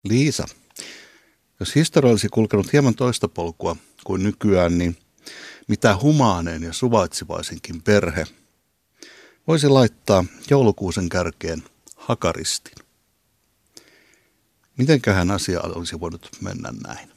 Liisa, jos historia olisi kulkenut hieman toista polkua kuin nykyään, niin mitä humaanein ja suvaitsivaisinkin perhe voisi laittaa joulukuusen kärkeen hakaristin? Mitenköhän asia olisi voinut mennä näin?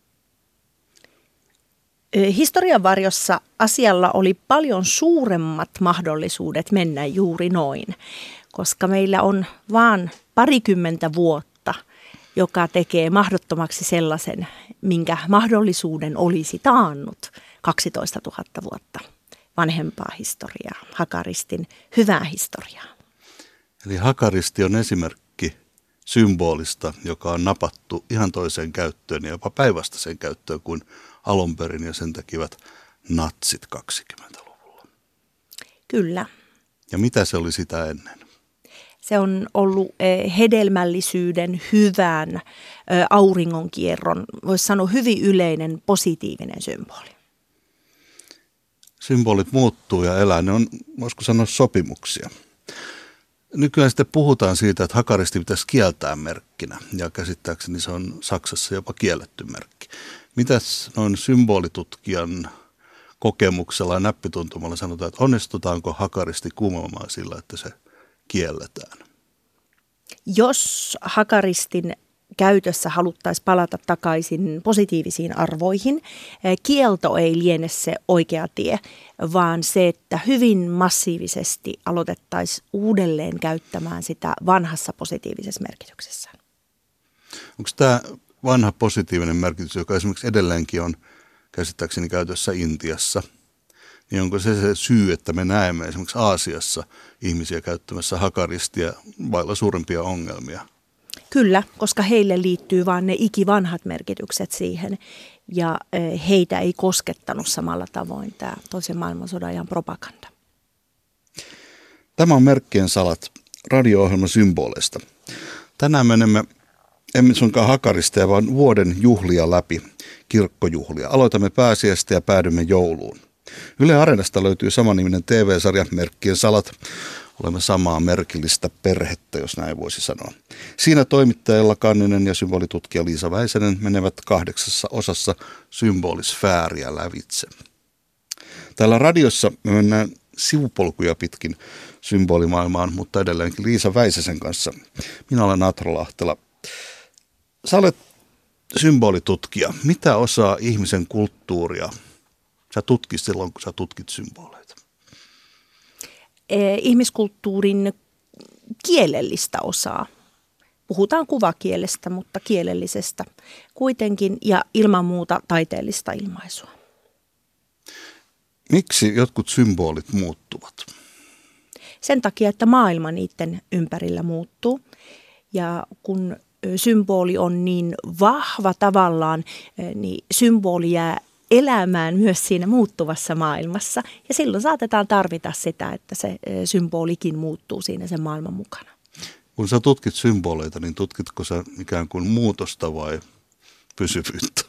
Historian varjossa asialla oli paljon suuremmat mahdollisuudet mennä juuri noin, koska meillä on vain parikymmentä vuotta, joka tekee mahdottomaksi sellaisen, minkä mahdollisuuden olisi taannut 12 000 vuotta vanhempaa historiaa, hakaristin hyvää historiaa. Eli hakaristi on esimerkki symbolista, joka on napattu ihan toiseen käyttöön ja jopa päinvastaiseen käyttöön kuin alun perin, ja sen tekivät natsit 20-luvulla. Kyllä. Ja mitä se oli sitä ennen? Se on ollut hedelmällisyyden, hyvän, auringonkierron, voisi sanoa hyvin yleinen positiivinen symboli. Symbolit muuttuu ja elää, ne on, voisiko sanoa, sopimuksia. Nykyään sitten puhutaan siitä, että hakaristi pitäisi kieltää merkkinä, ja käsittääkseni se on Saksassa jopa kielletty merkki. Mitäs noin symbolitutkijan kokemuksella ja näppituntumalla sanotaan, että onnistutaanko hakaristi kumoamaan sillä, että se kielletään? Jos hakaristin käytössä haluttaisiin palata takaisin positiivisiin arvoihin, kielto ei liene se oikea tie, vaan se, että hyvin massiivisesti aloitettaisiin uudelleen käyttämään sitä vanhassa positiivisessa merkityksessä. Onko tämä vanha positiivinen merkitys, joka esimerkiksi edelleenkin on käsittääkseni käytössä Intiassa, niin onko se syy, että me näemme esimerkiksi Aasiassa ihmisiä käyttämässä hakaristia vailla suurempia ongelmia? Kyllä, koska heille liittyy vain ne ikivanhat merkitykset siihen, ja heitä ei koskettanut samalla tavoin tämä toisen maailmansodan ajan propaganda. Tämä on Merkkien salat, radio-ohjelma symboleista. Tänään menemme emme suinkaan hakaristia, vaan vuoden juhlia läpi, kirkkojuhlia. Aloitamme pääsiäistä ja päädymme jouluun. Yle Areenasta löytyy samanniminen TV-sarja Merkkien salat. Olemme samaa merkillistä perhettä, jos näin voisi sanoa. Siinä toimittaja Ella Kanninen ja symbolitutkija Liisa Väisänen menevät 8 osassa symbolisfääriä lävitse. Täällä radiossa me mennään sivupolkuja pitkin symbolimaailmaan, mutta edelleenkin Liisa Väisäsen kanssa. Minä olen Atro Lahtela. Sä olet symbolitutkija. Mitä osaa ihmisen kulttuuria sä tutkit silloin, kun sä tutkit symboleita? Ihmiskulttuurin kielellistä osaa. Puhutaan kuvakielestä, mutta kielellisestä kuitenkin, ja ilman muuta taiteellista ilmaisua. Miksi jotkut symbolit muuttuvat? Sen takia, että maailma niiden ympärillä muuttuu, ja kun symboli on niin vahva tavallaan, niin symboli jää elämään myös siinä muuttuvassa maailmassa. Ja silloin saatetaan tarvita sitä, että se symbolikin muuttuu siinä sen maailman mukana. Kun sä tutkit symboleita, niin tutkitko sä ikään kuin muutosta vai pysyvyyttä?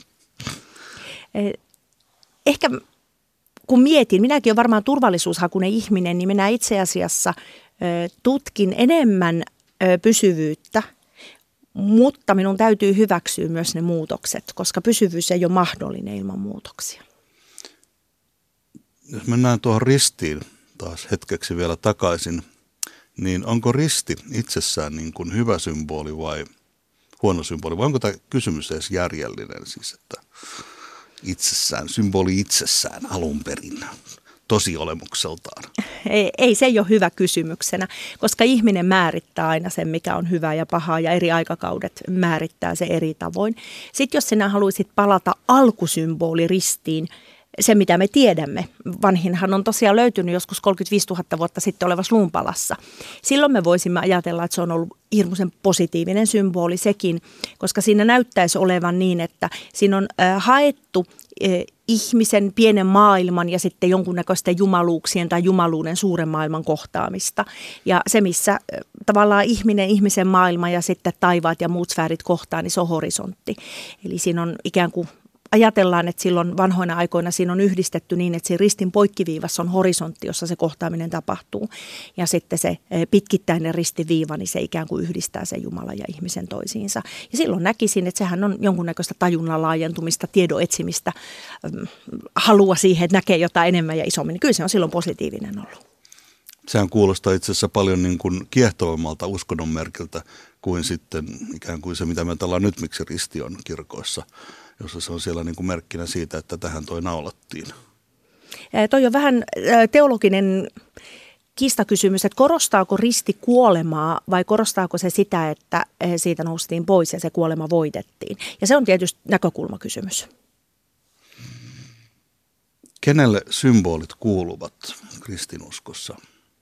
Ehkä kun mietin, minäkin olen varmaan turvallisuushakuinen ihminen, niin minä itse asiassa tutkin enemmän pysyvyyttä. Mutta minun täytyy hyväksyä myös ne muutokset, koska pysyvyys ei ole mahdollinen ilman muutoksia. Jos mennään tuohon ristiin taas hetkeksi vielä takaisin, niin onko risti itsessään niin kuin hyvä symboli vai huono symboli? Vai onko tämä kysymys edes järjellinen, siis että symboli itsessään alun perin tosiolemukseltaan? Ei se ole hyvä kysymyksenä, koska ihminen määrittää aina sen, mikä on hyvä ja paha, ja eri aikakaudet määrittää se eri tavoin. Sitten jos sinä haluaisit palata alkusymboli ristiin, se mitä me tiedämme, vanhinhan on tosiaan löytynyt joskus 35 000 vuotta sitten olevassa luunpalassa. Silloin me voisimme ajatella, että se on ollut hirmuisen positiivinen symboli sekin, koska siinä näyttäisi olevan niin, että siinä on haettu ihmisen pienen maailman ja sitten jonkunnäköisten jumaluuksien tai jumaluuden suuren maailman kohtaamista. Ja se, missä tavallaan ihmisen maailma ja sitten taivaat ja muut sfäärit kohtaa, niin se on horisontti. Eli siinä on ikään kuin ajatellaan, että silloin vanhoina aikoina siinä on yhdistetty niin, että siinä ristin poikkiviivassa on horisontti, jossa se kohtaaminen tapahtuu. Ja sitten se pitkittäinen ristiviiva, niin se ikään kuin yhdistää sen Jumalan ja ihmisen toisiinsa. Ja silloin näkisin, että sehän on jonkunnäköistä tajunnan laajentumista, tiedon etsimistä, halua siihen, että näkee jotain enemmän ja isommin. Niin kyllä se on silloin positiivinen ollut. Sehän kuulostaa itse asiassa paljon niin kuin kiehtovammalta uskonnon merkiltä kuin sitten ikään kuin se, mitä me ajatellaan nyt, miksi risti on kirkoissa, jossa se on siellä niin kuin merkkinä siitä, että tähän toi naulattiin. Toi on vähän teologinen kiistakysymys, että korostaako risti kuolemaa vai korostaako se sitä, että siitä noustiin pois ja se kuolema voitettiin. Ja se on tietysti näkökulmakysymys. Kenelle symbolit kuuluvat kristinuskossa?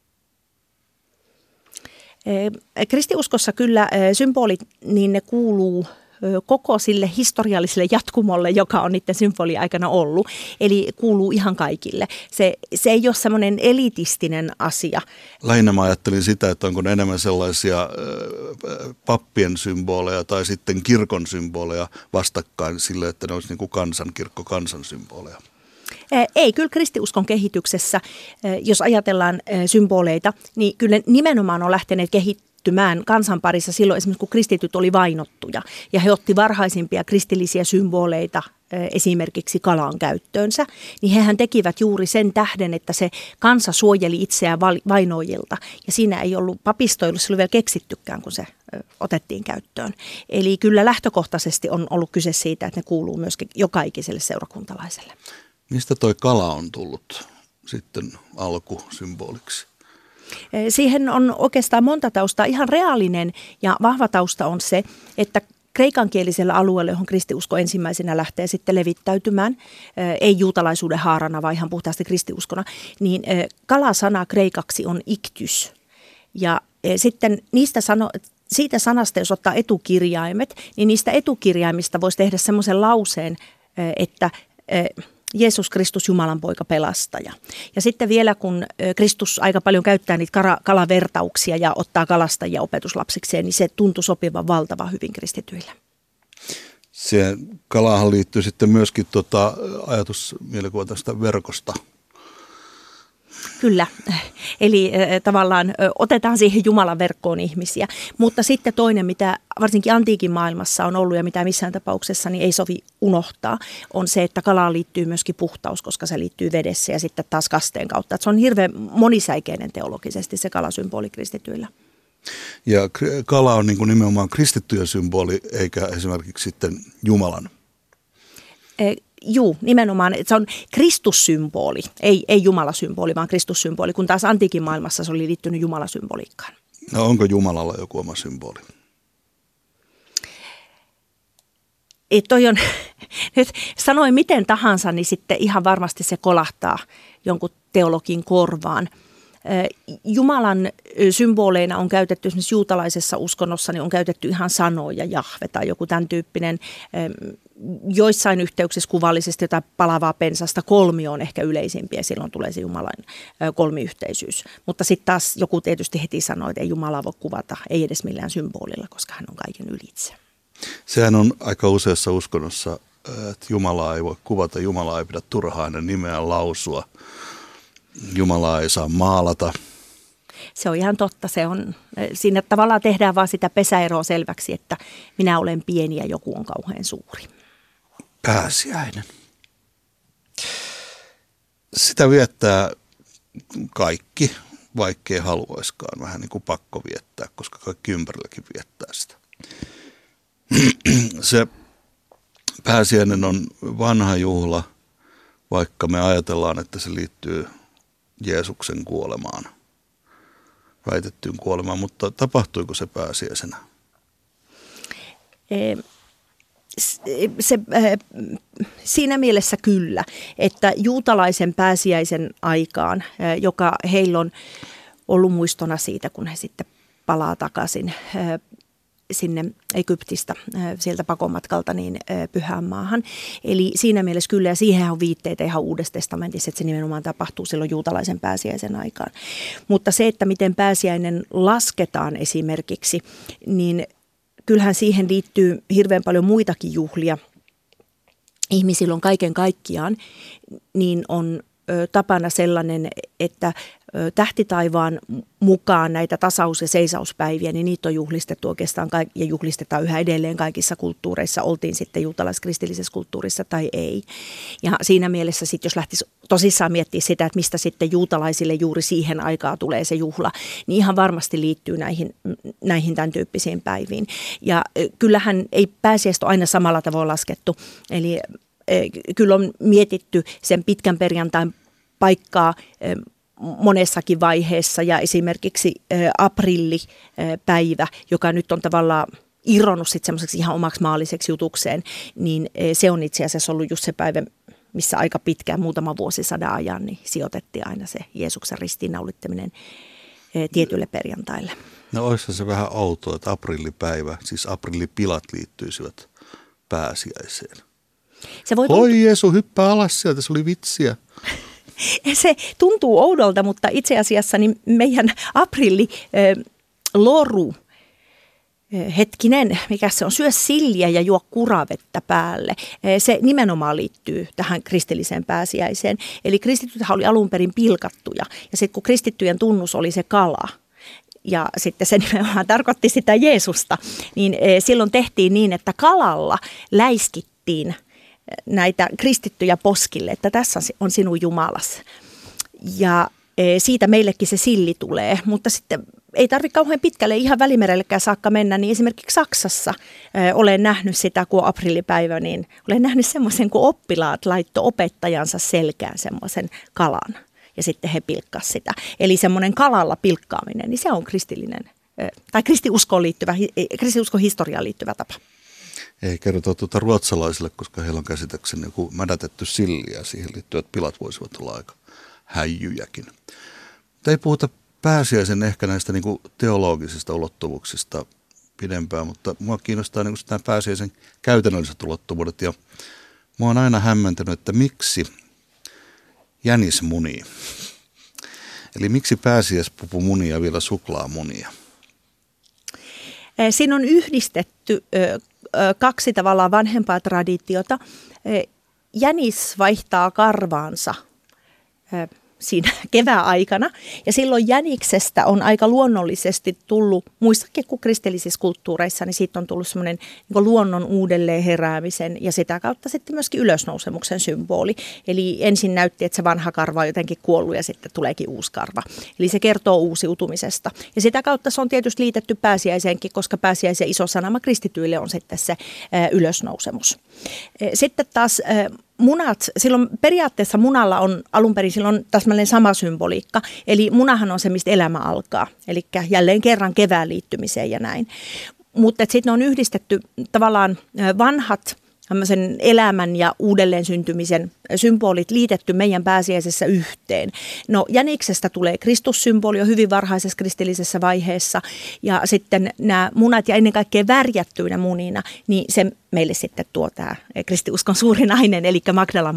Kristiuskossa kyllä symbolit, niin ne kuuluu koko sille historialliselle jatkumolle, joka on niiden symbolien aikana ollut. Eli kuuluu ihan kaikille. Se ei ole semmoinen elitistinen asia. Lähinnä mä ajattelin sitä, että onko ne enemmän sellaisia pappien symboleja tai sitten kirkon symboleja vastakkain sille, että ne olisi niin kuin kansan symboleja. Ei, kyllä kristiuskon kehityksessä, jos ajatellaan symboleita, niin kyllä nimenomaan on lähteneet kehittymään kansan parissa silloin esimerkiksi, kun kristityt oli vainottuja. Ja he otti varhaisimpia kristillisiä symboleita esimerkiksi kalan käyttöönsä, niin hehän tekivät juuri sen tähden, että se kansa suojeli itseään vainoijilta. Ja siinä ei ollut papistoilu silloin vielä keksittykään, kun se otettiin käyttöön. Eli kyllä lähtökohtaisesti on ollut kyse siitä, että ne kuuluu myöskin jokaikiselle seurakuntalaiselle. Mistä toi kala on tullut sitten alkusymboliksi? Siihen on oikeastaan monta taustaa. Ihan reaalinen ja vahva tausta on se, että kreikankielisellä alueella, johon kristiusko ensimmäisenä lähtee sitten levittäytymään, ei juutalaisuuden haarana, vaan ihan puhtaasti kristiuskona, niin kalasana kreikaksi on iktys. Ja sitten siitä sanasta, jos ottaa etukirjaimet, niin niistä etukirjaimista voisi tehdä semmoisen lauseen, että Jeesus Kristus, Jumalan poika, pelastaja. Ja sitten vielä, kun Kristus aika paljon käyttää niitä kalavertauksia ja ottaa kalastajia opetuslapsikseen, niin se tuntui sopivan valtavan hyvin kristityille. Se kalahan liittyy sitten myöskin ajatusmielikuva tästä verkosta. Kyllä, eli tavallaan otetaan siihen Jumalan verkkoon ihmisiä, mutta sitten toinen, mitä varsinkin antiikin maailmassa on ollut ja mitä missään tapauksessa niin ei sovi unohtaa, on se, että kalaan liittyy myöskin puhtaus, koska se liittyy vedessä ja sitten taas kasteen kautta. Että se on hirveän monisäikeinen teologisesti se kalasymboli kristityillä. Ja kala on niin kuin nimenomaan kristittyjen symboli eikä esimerkiksi sitten Jumalan. Juu, nimenomaan. Se on Kristussymboli, ei Jumalasymboli, vaan Kristussymboli, kun taas antiikin maailmassa se oli liittynyt Jumalasymboliikkaan. No onko Jumalalla joku oma symboli? Toi on, nyt sanoin miten tahansa, niin sitten ihan varmasti se kolahtaa jonkun teologin korvaan. Jumalan symboleina on käytetty esimerkiksi juutalaisessa uskonnossa, niin on käytetty ihan sanoja, Jahve tai joku tämän tyyppinen. Joissain yhteyksissä kuvallisesti jotain palavaa pensasta, kolmio on ehkä yleisimpiä, silloin tulee se Jumalan kolmiyhteisyys. Mutta sitten taas joku tietysti heti sanoo, että ei Jumalaa voi kuvata, ei edes millään symbolilla, koska hän on kaiken ylitse. Sehän on aika useassa uskonnossa, että Jumalaa ei voi kuvata, Jumalaa ei pidä turhaan hänen nimeään lausua, Jumalaa ei saa maalata. Se on ihan totta. Siinä tavallaan tehdään vaan sitä pesäeroa selväksi, että minä olen pieni ja joku on kauhean suuri. Pääsiäinen. Sitä viettää kaikki, vaikkei haluaiskaan. Vähän niin kuin pakko viettää, koska kaikki ympärilläkin viettää sitä. Se pääsiäinen on vanha juhla, vaikka me ajatellaan, että se liittyy Jeesuksen kuolemaan, väitettyyn kuolemaan, mutta tapahtuiko se pääsiäisenä? Siinä mielessä kyllä, että juutalaisen pääsiäisen aikaan, joka heillä on ollut muistona siitä, kun he sitten palaa takaisin sinne Egyptistä sieltä pakomatkalta niin Pyhään maahan. Eli siinä mielessä kyllä, ja siihen on viitteitä ihan Uudessa testamentissa, että se nimenomaan tapahtuu silloin juutalaisen pääsiäisen aikaan. Mutta se, että miten pääsiäinen lasketaan esimerkiksi, niin kyllähän siihen liittyy hirveän paljon muitakin juhlia. ihmisillä on kaiken kaikkiaan, niin on tapana sellainen, että tähtitaivaan mukaan näitä tasaus- ja seisauspäiviä, niin niitä on juhlistettu oikeastaan ja juhlistetaan yhä edelleen kaikissa kulttuureissa, oltiin sitten juutalaiskristillisessä kulttuurissa tai ei. Ja siinä mielessä sitten, jos lähtisi tosissaan miettiä sitä, että mistä sitten juutalaisille juuri siihen aikaan tulee se juhla, niin ihan varmasti liittyy näihin tämän tyyppisiin päiviin. Ja kyllähän ei pääsiäistä ole aina samalla tavoin laskettu, eli kyllä on mietitty sen pitkän perjantain paikkaa monessakin vaiheessa ja esimerkiksi aprillipäivä, joka nyt on tavallaan irronnut sitten semmoiseksi ihan omaksi maalliseksi jutukseen, niin se on itse asiassa ollut just se päivä, missä aika pitkään, muutama vuosisadan ajan, niin sijoitettiin aina se Jeesuksen ristiinnaulittaminen tietylle perjantaille. No olisi se vähän outoa, että aprillipäivä, siis aprillipilat liittyisivät pääsiäiseen. Oi Jeesu, hyppää alas sieltä, se oli vitsiä. Se tuntuu oudolta, mutta itse asiassa niin meidän loru, mikä se on, syö silliä ja juo kuravettä päälle. Se nimenomaan liittyy tähän kristilliseen pääsiäiseen. Eli kristitythän oli alun perin pilkattuja ja sitten kun kristittyjen tunnus oli se kala, ja sitten se nimenomaan tarkoitti sitä Jeesusta, niin silloin tehtiin niin, että kalalla läiskittiin näitä kristittyjä poskille, että tässä on sinun Jumalas. Ja siitä meillekin se silli tulee, mutta sitten ei tarvitse kauhean pitkälle ihan Välimerellekään saakka mennä, niin esimerkiksi Saksassa olen nähnyt sitä, kun on aprillipäivä, niin olen nähnyt semmoisen, kun oppilaat laittoi opettajansa selkään semmoisen kalan ja sitten he pilkkasivat sitä. Eli semmoinen kalalla pilkkaaminen, niin se on kristillinen tai kristiuskon historiaan liittyvä tapa. Ei kerrota ruotsalaisille, koska heillä on käsittääkseni joku mädätetty silli ja siihen liittyvät pilat voisivat olla aika häijyjäkin. Mutta ei puhuta pääsiäisen ehkä näistä niin kuin teologisista ulottuvuuksista pidempään, mutta mua kiinnostaa niin kuin nämä pääsiäisen käytännölliset ulottuvuudet ja mua on aina hämmentänyt, että miksi jänis munii. Eli miksi pääsiäispupu munia ja vielä suklaamunia? Siinä on yhdistetty kaksi tavallaan vanhempaa traditiota. Jänis vaihtaa karvaansa siinä kevään aikana ja silloin jäniksestä on aika luonnollisesti tullut, muissakin kuin kristillisissä kulttuureissa, niin siitä on tullut semmoinen niin luonnon uudelleen heräämisen ja sitä kautta sitten myöskin ylösnousemuksen symboli. Eli ensin näytti, että se vanha karva on jotenkin kuollut ja sitten tuleekin uusi karva. Eli se kertoo uusiutumisesta. Ja sitä kautta se on tietysti liitetty pääsiäiseenkin, koska pääsiäisen iso sanama kristityille on sitten se ylösnousemus. Sitten taas munat, silloin periaatteessa munalla on alun perin silloin täsmälleen sama symboliikka, eli munahan on se, mistä elämä alkaa, eli jälleen kerran kevään liittymiseen ja näin. Mutta sitten on yhdistetty tavallaan vanhat elämän ja uudelleen syntymisen symbolit liitetty meidän pääsiäisessä yhteen. No jäniksestä tulee Kristussymboli jo hyvin varhaisessa kristillisessä vaiheessa ja sitten nämä munat ja ennen kaikkea värjättyinä munina, niin se meille sitten tuo tämä kristiuskon suuri nainen, eli Magdalan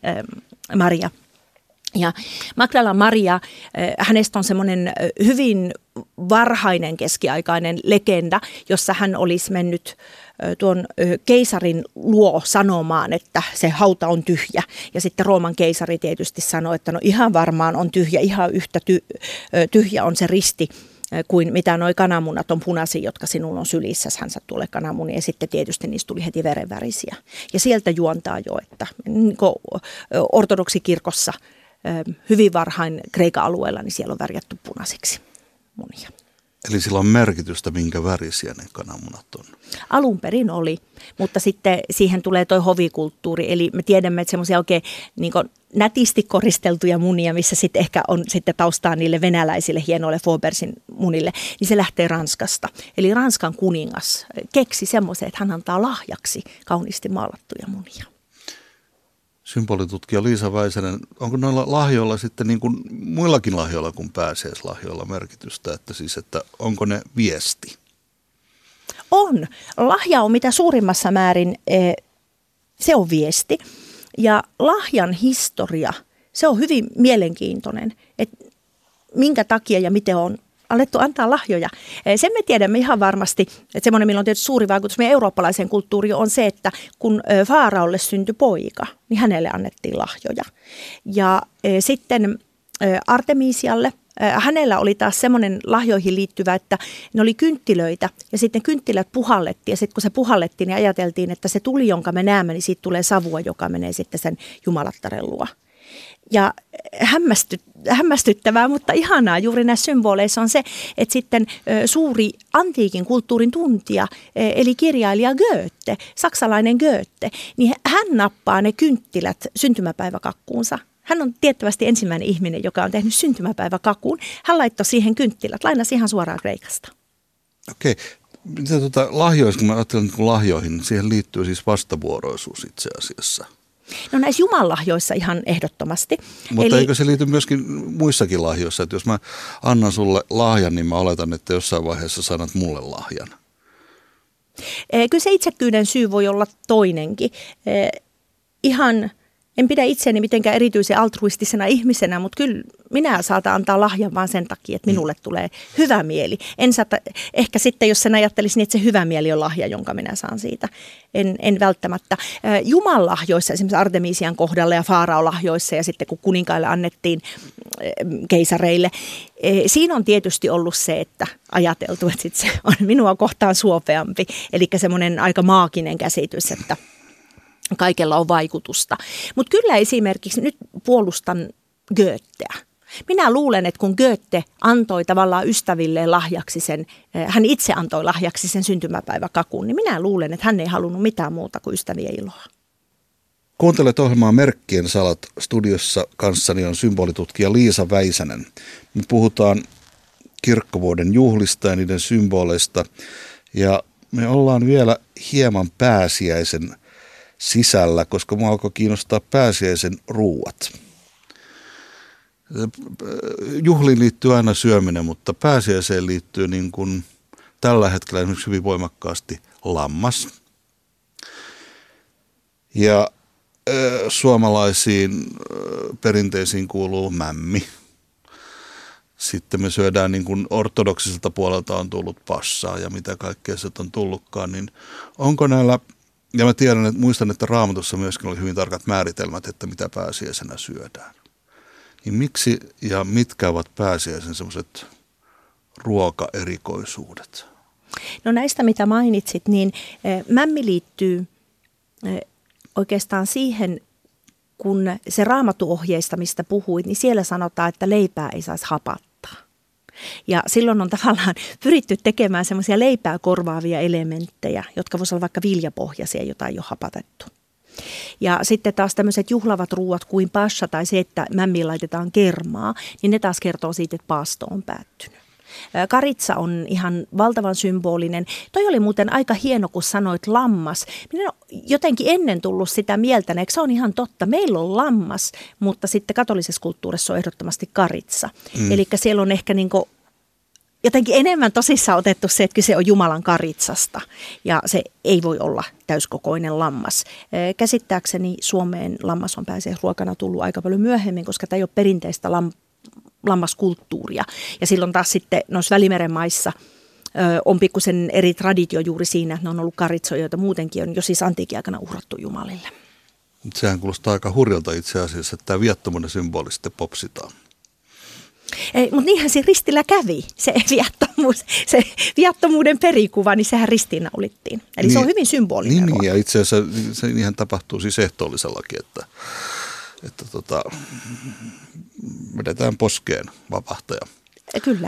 Maria. Ja Magdalan Maria, hänestä on semmoinen hyvin varhainen keskiaikainen legenda, jossa hän olisi mennyt tuon keisarin luo sanomaan, että se hauta on tyhjä. Ja sitten Rooman keisari tietysti sanoi, että no ihan varmaan on tyhjä, ihan yhtä tyhjä on se risti kuin mitä noi kananmunat on punaisia, jotka sinun on sylissä, hän sattuu ole kananmunia. Ja sitten tietysti niistä tuli heti verenvärisiä. Ja sieltä juontaa jo, että niin ortodoksikirkossa hyvin varhain Kreikan alueella, niin siellä on värjätty punaisiksi munia. Eli sillä on merkitystä, minkä värisiä ne kananmunat on? Alun perin oli, mutta sitten siihen tulee toi hovikulttuuri. Eli me tiedämme, että semmoisia oikein niin kuin nätisti koristeltuja munia, missä sitten ehkä on sitten taustaa niille venäläisille hienoille Faubersin munille, niin se lähtee Ranskasta. Eli Ranskan kuningas keksi semmoisen, että hän antaa lahjaksi kauniisti maalattuja munia. Symbolitutkija Liisa Väisänen, onko noilla lahjoilla sitten niin kuin muillakin lahjoilla kuin pääsiäislahjoilla merkitystä, että siis, että onko ne viesti? On. Lahja on mitä suurimmassa määrin, se on viesti. Ja lahjan historia, se on hyvin mielenkiintoinen, että minkä takia ja miten on alettu antaa lahjoja. Sen me tiedämme ihan varmasti, että semmoinen, millä on tietysti suuri vaikutus meidän eurooppalaiseen kulttuuriin, on se, että kun Faaraolle syntyi poika, niin hänelle annettiin lahjoja. Ja sitten Artemisialle, hänellä oli taas semmoinen lahjoihin liittyvä, että ne oli kynttilöitä ja sitten kynttilät puhallettiin. Ja sitten kun se puhallettiin, niin ajateltiin, että se tuli, jonka me näemme, niin siitä tulee savua, joka menee sitten sen jumalattaren luo. Ja hämmästyttävää, mutta ihanaa juuri näissä symboleissa on se, että sitten suuri antiikin kulttuurin tuntija, eli kirjailija Goethe, saksalainen Goethe, niin hän nappaa ne kynttilät syntymäpäiväkakkuunsa. Hän on tiettävästi ensimmäinen ihminen, joka on tehnyt syntymäpäiväkakuun. Hän laittoi siihen kynttilät, lainasi ihan suoraan Kreikasta. Okei. Mitä lahjoissa, kun mä ajattelen lahjoihin, niin siihen liittyy siis vastavuoroisuus itse asiassa. No näissä jumalahjoissa ihan ehdottomasti. Mutta eikö se liity myöskin muissakin lahjoissa, että jos mä annan sulle lahjan, niin mä oletan, että jossain vaiheessa sanat mulle lahjan. Kyllä se itsekyyden syy voi olla toinenkin. En pidä itseäni mitenkään erityisen altruistisena ihmisenä, mutta kyllä minä saatan antaa lahjan vaan sen takia, että minulle tulee hyvä mieli. Ehkä sitten, jos sen ajattelisin, että se hyvä mieli on lahja, jonka minä saan siitä. En välttämättä. Jumalahjoissa, esimerkiksi Artemisian kohdalla ja Faaraolahjoissa ja sitten kun kuninkaille annettiin keisareille, siinä on tietysti ollut se, että ajateltu, että sit se on minua kohtaan suopeampi. Eli semmoinen aika maaginen käsitys, että kaikella on vaikutusta. Mutta kyllä esimerkiksi nyt puolustan Goetheä. Minä luulen, että kun Goethe antoi tavallaan ystävilleen lahjaksi hän itse antoi lahjaksi sen syntymäpäiväkakun, niin minä luulen, että hän ei halunnut mitään muuta kuin ystävien iloa. Kuuntelet ohjelmaa Merkkien salat. Studiossa kanssani on symbolitutkija Liisa Väisänen. Me puhutaan kirkkovuoden juhlista ja niiden symboleista. Ja me ollaan vielä hieman pääsiäisen sisällä, koska minua alkoi kiinnostaa pääsiäisen ruuat. Juhliin liittyy aina syöminen, mutta pääsiäiseen liittyy niin kuin tällä hetkellä esimerkiksi hyvin voimakkaasti lammas. Ja suomalaisiin perinteisiin kuuluu mämmi. Sitten me syödään niin kuin ortodoksiselta puolelta on tullut passaa ja mitä kaikkea se on tullutkaan, niin onko näillä. Ja mä tiedän, että muistan, että Raamatussa myöskin oli hyvin tarkat määritelmät, että mitä pääsiäisenä syödään. Niin miksi ja mitkä ovat pääsiäisen sellaiset ruokaerikoisuudet? No näistä, mitä mainitsit, niin mämmi liittyy oikeastaan siihen, kun se Raamattu-ohjeista, mistä puhuit, niin siellä sanotaan, että leipää ei saisi hapattaa. Ja silloin on tavallaan pyritty tekemään semmoisia leipää korvaavia elementtejä, jotka voisivat olla vaikka viljapohjaisia, jota ei ole hapatettu. Ja sitten taas tämmöiset juhlavat ruuat kuin pasha tai se, että mämmiin laitetaan kermaa, niin ne taas kertoo siitä, että paasto on päättynyt. Karitsa on ihan valtavan symbolinen. Toi oli muuten aika hieno, kun sanoit lammas. Minä olen jotenkin ennen tullut sitä mieltä, eikö se on ihan totta. Meillä on lammas, mutta sitten katolisessa kulttuurissa on ehdottomasti karitsa. Eli siellä on ehkä niinku jotenkin enemmän tosissaan otettu se, että se on Jumalan karitsasta ja se ei voi olla täyskokoinen lammas. Käsittääkseni Suomeen lammas on pääsiäisruokana tullut aika paljon myöhemmin, koska tämä ei ole perinteistä lammaskulttuuria. Ja silloin taas sitten noissa Välimeren maissa on pikkusen eri traditio juuri siinä, että ne on ollut karitsoja, joita muutenkin on jo siis antiikin aikana uhrattu jumalille. Sehän kuulostaa aika hurjalta itse asiassa, että tämä viattomuuden symboli sitten popsitaan. Mutta niinhän se ristillä kävi, se viattomuuden perikuva, niin sehän ristiinnaulittiin. Eli niin, se on hyvin symbolinen ruoka. Niin, ja itse asiassa se ihan tapahtuu siis ehtoollisellakin, että vedetään poskeen vapahtaja. Kyllä.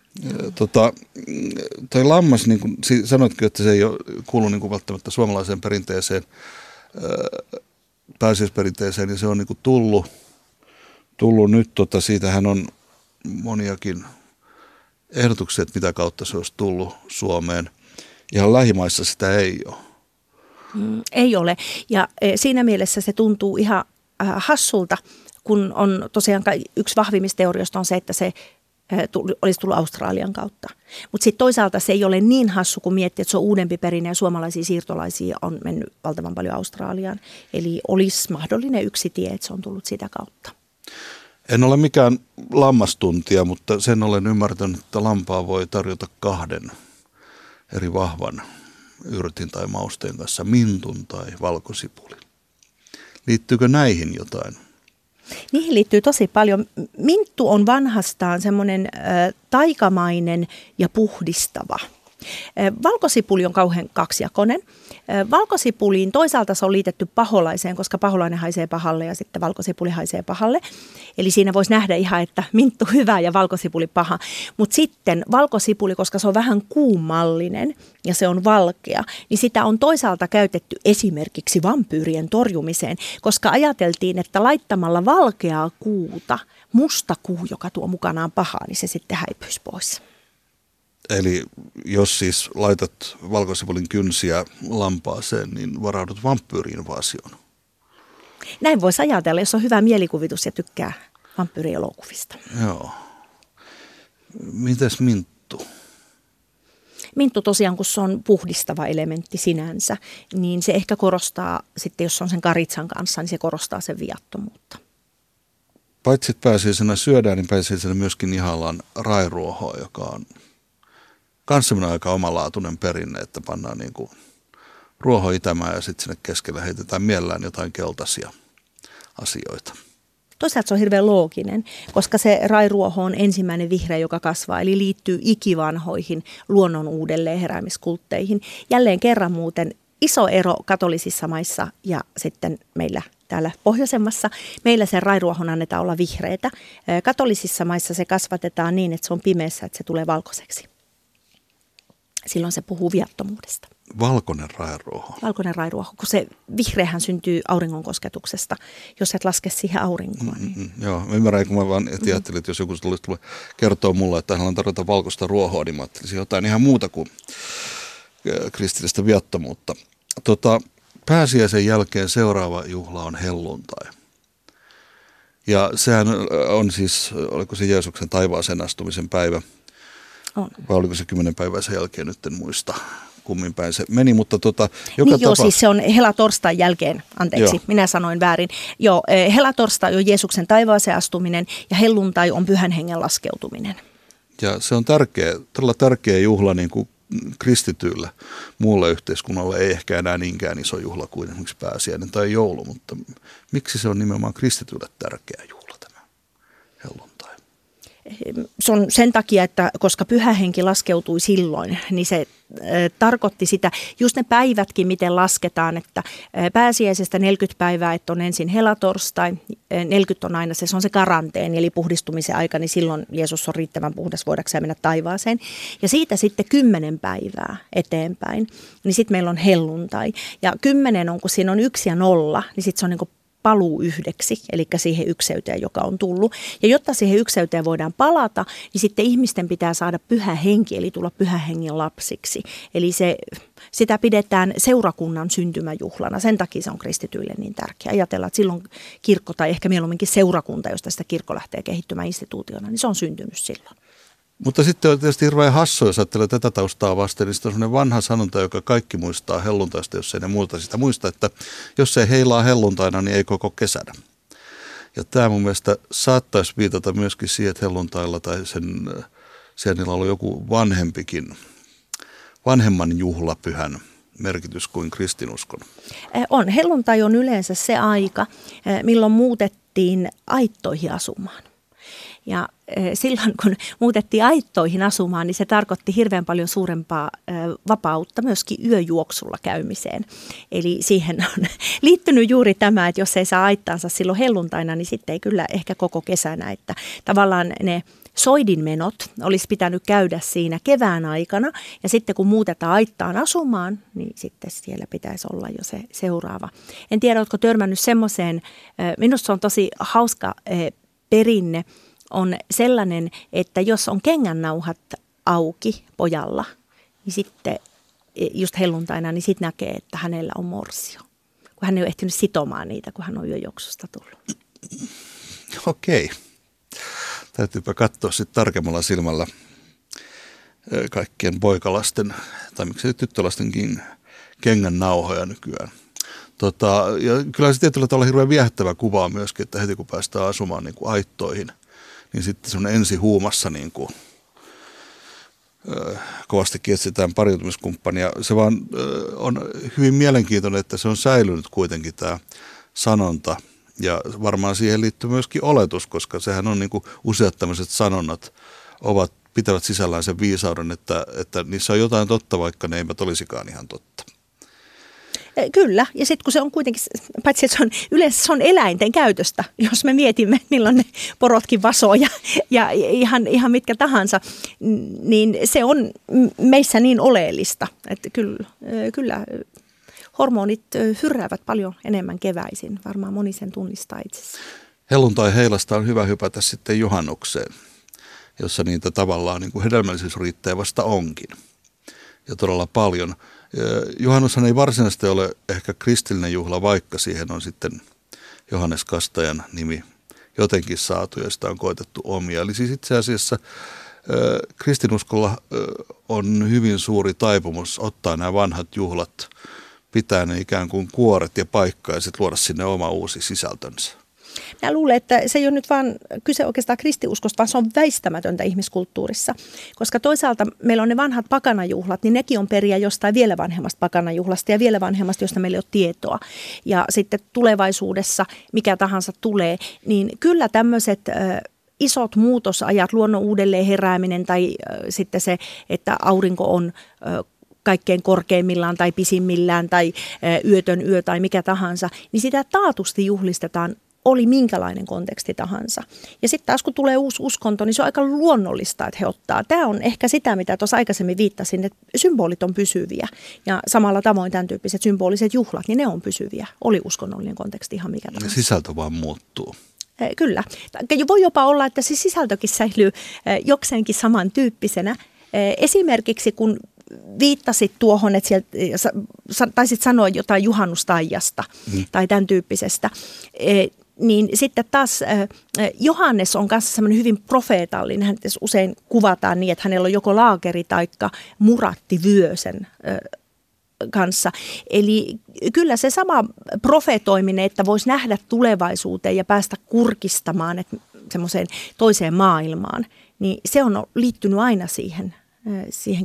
Toi lammas, niin kuin sanoitkin, että se ei ole kuulu niin kuin välttämättä suomalaiseen perinteeseen, pääsiäisperinteeseen, niin se on niin kuin tullut nyt, siitähän on moniakin ehdotuksia, että mitä kautta se olisi tullut Suomeen. Ihan lähimaissa sitä ei ole. Ei ole. Ja siinä mielessä se tuntuu ihan hassulta, kun on tosiaan yksi vahvimmista teorioista on se, että se olisi tullut Australian kautta. Mutta sitten toisaalta se ei ole niin hassu, kun miettii, että se on uudempi perinne ja suomalaisia siirtolaisia on mennyt valtavan paljon Australiaan. Eli olisi mahdollinen yksi tie, että se on tullut sitä kautta. En ole mikään lammastuntija, mutta sen olen ymmärtänyt, että lampaa voi tarjota 2 eri vahvan yrtin tai mausteen kanssa, mintun tai valkosipulin. Liittyykö näihin jotain? Niihin liittyy tosi paljon. Minttu on vanhastaan semmoinen taikamainen ja puhdistava. Valkosipuli on kauhean kaksijakoinen. Valkosipuliin toisaalta se on liitetty paholaiseen, koska paholainen haisee pahalle ja sitten valkosipuli haisee pahalle. Eli siinä voisi nähdä ihan, että minttu hyvä ja valkosipuli paha. Mutta sitten valkosipuli, koska se on vähän kuumallinen ja se on valkea, niin sitä on toisaalta käytetty esimerkiksi vampyyrien torjumiseen, koska ajateltiin, että laittamalla valkeaa kuuta, musta kuu, joka tuo mukanaan pahaa, niin se sitten häipyisi pois. Eli jos siis laitat valkosipulin kynsiä lampaaseen, niin varaudut vampyyri-invaasioon. Näin voisi ajatella, jos on hyvä mielikuvitus ja tykkää vampyyrielokuvista. Joo. Mites minttu? Minttu tosiaan, kun se on puhdistava elementti sinänsä, niin se ehkä korostaa, sitten jos on sen karitsan kanssa, niin se korostaa sen viattomuutta. Paitsi että pääsiäisenä syödään, niin pääsiäisenä myöskin ihaillaan rairuohoa, joka on kanssa aika omalaatuinen perinne, että pannaan niin kuin ruoho itämään ja sitten sinne keskelle heitetään mielellään jotain keltaisia asioita. Toisaalta se on hirveän looginen, koska se rairuoho on ensimmäinen vihreä, joka kasvaa, eli liittyy ikivanhoihin luonnon uudelleen heräämiskultteihin. Jälleen kerran muuten iso ero katolisissa maissa ja sitten meillä täällä pohjoisemmassa. Meillä sen rairuohon annetaan olla vihreätä. Katolisissa maissa se kasvatetaan niin, että se on pimeässä, että se tulee valkoiseksi. Silloin se puhuu viattomuudesta. Valkoinen rairuoho. Valkoinen rairuoho, kun se vihreähän syntyy auringon kosketuksesta, jos et laske siihen aurinkoon. Niin. Joo, mä ymmärrän, kun mä vaan ajattelin, että jos joku tulisi kertoa mulle, että hänellä on tarjota valkoista ruohoa, niin mä ajattelisin jotain ihan muuta kuin kristillistä viattomuutta. Pääsiäisen jälkeen seuraava juhla on helluntai. Ja sehän on siis, oliko se Jeesuksen taivaaseen astumisen päivä? On. Vai oliko se 10 päivää sen jälkeen, nyt en muista kummin päin se meni, mutta siis se on helatorstain jälkeen, anteeksi, minä sanoin väärin. Joo, helatorstai on Jeesuksen taivaaseen astuminen ja helluntai on Pyhän Hengen laskeutuminen. Ja se on todella tärkeä juhla niin kuin kristityillä. Muulle yhteiskunnalle ei ehkä enää niinkään iso juhla kuin esimerkiksi pääsiäinen tai joulu, mutta miksi se on nimenomaan kristityille tärkeä juhla tämä helluntai? Se on sen takia, että koska Pyhä Henki laskeutui silloin, niin se tarkoitti sitä, just ne päivätkin, miten lasketaan, että pääsiäisestä 40 päivää, että on ensin helatorstai, 40 on aina se on se karanteeni, eli puhdistumisen aika, niin silloin Jeesus on riittävän puhdas voidakseen mennä taivaaseen. Ja siitä sitten 10 päivää eteenpäin, niin sitten meillä on helluntai. Ja 10 on, kun siinä on 1 ja 0, niin sitten se on niin kuin paluu yhdeksi, eli siihen ykseyteen, joka on tullut. Ja jotta siihen ykseyteen voidaan palata, niin sitten ihmisten pitää saada Pyhä Henki, eli tulla Pyhän Hengen lapsiksi. Eli sitä pidetään seurakunnan syntymäjuhlana. Sen takia se on kristityille niin tärkeä. Ajatellaan, että silloin kirkko tai ehkä mieluumminkin seurakunta, josta sitä kirkko lähtee kehittymään instituutiona, niin se on syntynyt silloin. Mutta sitten on tietysti hirveän hassua, jos ajattelee tätä taustaa vasten, niin se on sellainen vanha sanonta, joka kaikki muistaa helluntaista, jos ei ne muuta sitä muista, että jos ei heilaa helluntaina, niin ei koko kesänä. Ja tämä mun mielestä saattaisi viitata myöskin siihen, että helluntailla tai siellä on ollut joku vanhemman juhlapyhän merkitys kuin kristinuskon. On. Helluntai on yleensä se aika, milloin muutettiin aittoihin asumaan. Ja silloin, kun muutettiin aittoihin asumaan, niin se tarkoitti hirveän paljon suurempaa vapautta myöskin yöjuoksulla käymiseen. Eli siihen on liittynyt juuri tämä, että jos ei saa aittaansa silloin helluntaina, niin sitten ei kyllä ehkä koko kesänä. Että tavallaan ne soidinmenot olisi pitänyt käydä siinä kevään aikana ja sitten kun muutetaan aittaan asumaan, niin sitten siellä pitäisi olla jo se seuraava. En tiedä, oletko törmännyt semmoiseen, minusta se on tosi hauska perinne, on sellainen, että jos on kengännauhat auki pojalla, niin sitten just helluntaina, niin sitten näkee, että hänellä on morsio. Kun hän ei ole ehtinyt sitomaan niitä, kun hän on yöjuoksusta tullut. Okei. Täytyypä katsoa sitten tarkemmalla silmällä kaikkien poikalasten, tai miksei tyttölastenkin kengännauhoja nykyään. Ja kyllä se tietyllä tavalla hirveän viehättävä kuva on myöskin, että heti kun päästään asumaan niin kuin aittoihin, niin sitten semmoinen ensihuumassa niin kuin, kovastikin etsitään pariutumiskumppania. Se vaan on hyvin mielenkiintoinen, että se on säilynyt kuitenkin tämä sanonta. Ja varmaan siihen liittyy myöskin oletus, koska sehän on niin kuin useat tämmöiset sanonnat pitävät sisällään sen viisauden, että niissä on jotain totta, vaikka ne eivät olisikaan ihan totta. Kyllä, ja sitten kun se on kuitenkin, paitsi että yleensä se on eläinten käytöstä, jos me mietimme, milloin ne porotkin vasoo ja ihan mitkä tahansa, niin se on meissä niin oleellista, että kyllä hormonit hyrräävät paljon enemmän keväisin, varmaan moni sen tunnistaa itsessä. Helluntai-heilasta on hyvä hypätä sitten juhannukseen, jossa niitä tavallaan niin kuin hedelmällisyysriittejä vasta onkin, ja todella paljon. Juhannushan ei varsinaisesti ole ehkä kristillinen juhla, vaikka siihen on sitten Johannes Kastajan nimi jotenkin saatu ja sitä on koetettu omia. Eli siis itse asiassa kristinuskolla on hyvin suuri taipumus ottaa nämä vanhat juhlat, pitää ne ikään kuin kuoret ja paikkaa ja sitten luoda sinne oma uusi sisältönsä. Mä luulen, että se ei ole nyt vaan kyse oikeastaan kristiuskosta, vaan se on väistämätöntä ihmiskulttuurissa. Koska toisaalta meillä on ne vanhat pakanajuhlat, niin nekin on periä jostain vielä vanhemmasta pakanajuhlasta ja vielä vanhemmasta, josta meillä ei ole tietoa. Ja sitten tulevaisuudessa, mikä tahansa tulee, niin kyllä tämmöiset isot muutosajat, luonnon uudelleen herääminen tai sitten se, että aurinko on kaikkein korkeimmillaan tai pisimmillään tai yötön yö tai mikä tahansa, niin sitä taatusti juhlistetaan, oli minkälainen konteksti tahansa. Ja sitten taas kun tulee uusi uskonto, niin se on aika luonnollista, että he ottaa. Tämä on ehkä sitä, mitä tuossa aikaisemmin viittasin, että symbolit on pysyviä. Ja samalla tavoin tämän tyyppiset symboliset juhlat, niin ne on pysyviä. Oli uskonnollinen konteksti ihan mikä tahansa. Sisältö vaan muuttuu. Kyllä. Voi jopa olla, että se sisältökin säilyy jokseenkin samantyyppisenä. Esimerkiksi kun viittasit tuohon, että sieltä, taisit sanoa jotain juhannustaijasta tai tämän tyyppisestä, niin sitten taas Johannes on kanssa semmoinen hyvin profeetallinen. Hän usein kuvataan niin, että hänellä on joko laakeri tai murattivyö sen kanssa. Eli kyllä se sama profetoiminen, että voisi nähdä tulevaisuuteen ja päästä kurkistamaan semmoiseen toiseen maailmaan, niin se on liittynyt aina siihen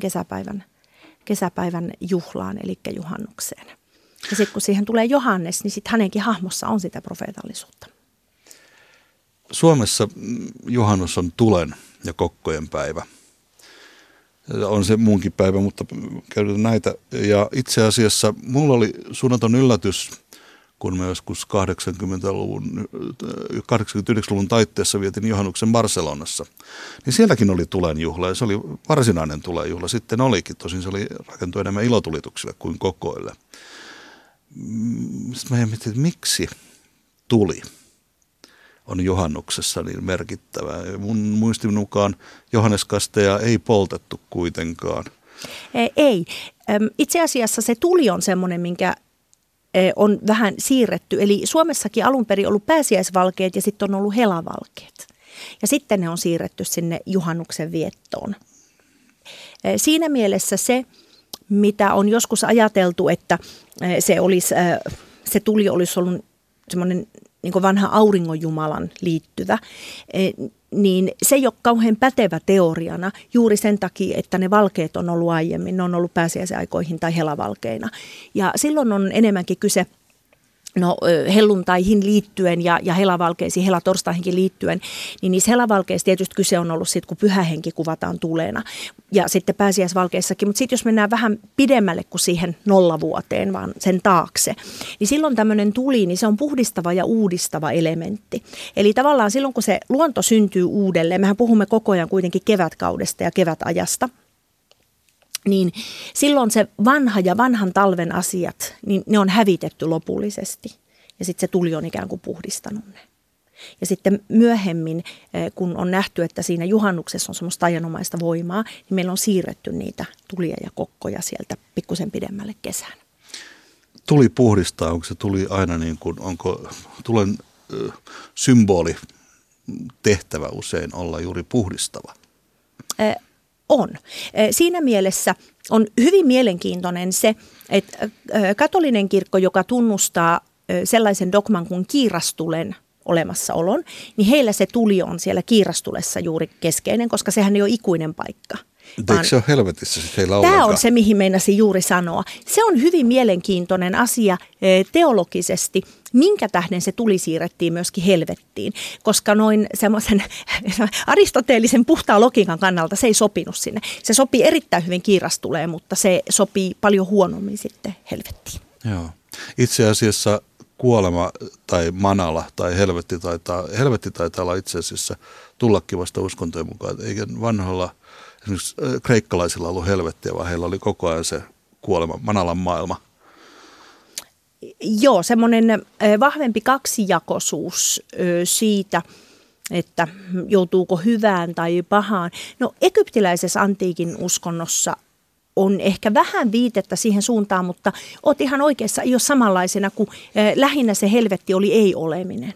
kesäpäivän juhlaan, eli juhannukseen. Ja sitten kun siihen tulee Johannes, niin sitten hänenkin hahmossa on sitä profeetallisuutta. Suomessa juhannus on tulen ja kokkojen päivä. On se muunkin päivä, mutta käytetään näitä. Ja itse asiassa mulla oli suunnaton yllätys, kun me joskus 89-luvun taitteessa vietin juhannuksen Barcelonassa. Niin sielläkin oli tulenjuhla ja se oli varsinainen tulenjuhla. Sitten olikin, tosin se oli rakentu enemmän ilotulituksille kuin kokoille. Sitten mä mietin, että miksi tuli on juhannuksessa niin merkittävää. Mun muistin mukaan Johannes Kastaja ei poltettu kuitenkaan. Ei. Itse asiassa se tuli on semmoinen, minkä on vähän siirretty. Eli Suomessakin alun perin ollut pääsiäisvalkeet ja sitten on ollut helavalkeet. Ja sitten ne on siirretty sinne juhannuksen viettoon. Siinä mielessä se, mitä on joskus ajateltu, että se tuli olisi ollut semmoinen niin kuin vanha auringonjumalan liittyvä, niin se ei ole kauhean pätevä teoriana juuri sen takia, että ne valkeet on ollut aiemmin, ne on ollut pääsiäisaikoihin tai helavalkeina. Ja silloin on enemmänkin kyse helluntaihin liittyen ja helavalkeisiin, helatorstaihinkin liittyen, niin niissä helavalkeissa tietysti kyse on ollut sitten, kun pyhä henki kuvataan tulena. Ja sitten pääsiäisvalkeissakin, mutta sitten jos mennään vähän pidemmälle kuin siihen 0 vuoteen, vaan sen taakse, niin silloin tämmöinen tuli, niin se on puhdistava ja uudistava elementti. Eli tavallaan silloin, kun se luonto syntyy uudelleen, mehän puhumme koko ajan kuitenkin kevätkaudesta ja kevätajasta, niin silloin se vanha ja vanhan talven asiat, niin ne on hävitetty lopullisesti. Ja sitten se tuli on ikään kuin puhdistanut ne. Ja sitten myöhemmin, kun on nähty, että siinä juhannuksessa on semmoista taianomaista voimaa, niin meillä on siirretty niitä tulia ja kokkoja sieltä pikkusen pidemmälle kesään. Tuli puhdistaa, onko se tuli aina niin kuin, onko tulen symboli tehtävä usein olla juuri puhdistava? On. Siinä mielessä on hyvin mielenkiintoinen se, että katolinen kirkko, joka tunnustaa sellaisen dogman kuin kiirastulen olemassaolon, niin heillä se tuli on siellä kiirastulessa juuri keskeinen, koska sehän ei ole ikuinen paikka. Eikö se ole helvetissä sitten heillä ollenkaan? Tämä on se, mihin meinasin juuri sanoa. Se on hyvin mielenkiintoinen asia teologisesti, minkä tähden se tuli siirrettiin myöskin helvettiin, koska noin semmoisen aristoteellisen puhtaan logiikan kannalta se ei sopinut sinne. Se sopii erittäin hyvin kiirastuleen, mutta se sopii paljon huonommin sitten helvettiin. Joo. Itse asiassa kuolema tai manala tai helvetti taitaa olla itse asiassa tullakin vasta uskontojen mukaan, eikä vanhoilla esimerkiksi kreikkalaisilla ollut helvettiä, vaan heillä oli koko ajan se kuolema, manalan maailma. Joo, semmoinen vahvempi kaksijakoisuus siitä, että joutuuko hyvään tai pahaan. No egyptiläisessä antiikin uskonnossa on ehkä vähän viitettä siihen suuntaan, mutta oot ihan oikeassa, ei ole samanlaisena, kun lähinnä se helvetti oli ei-oleminen.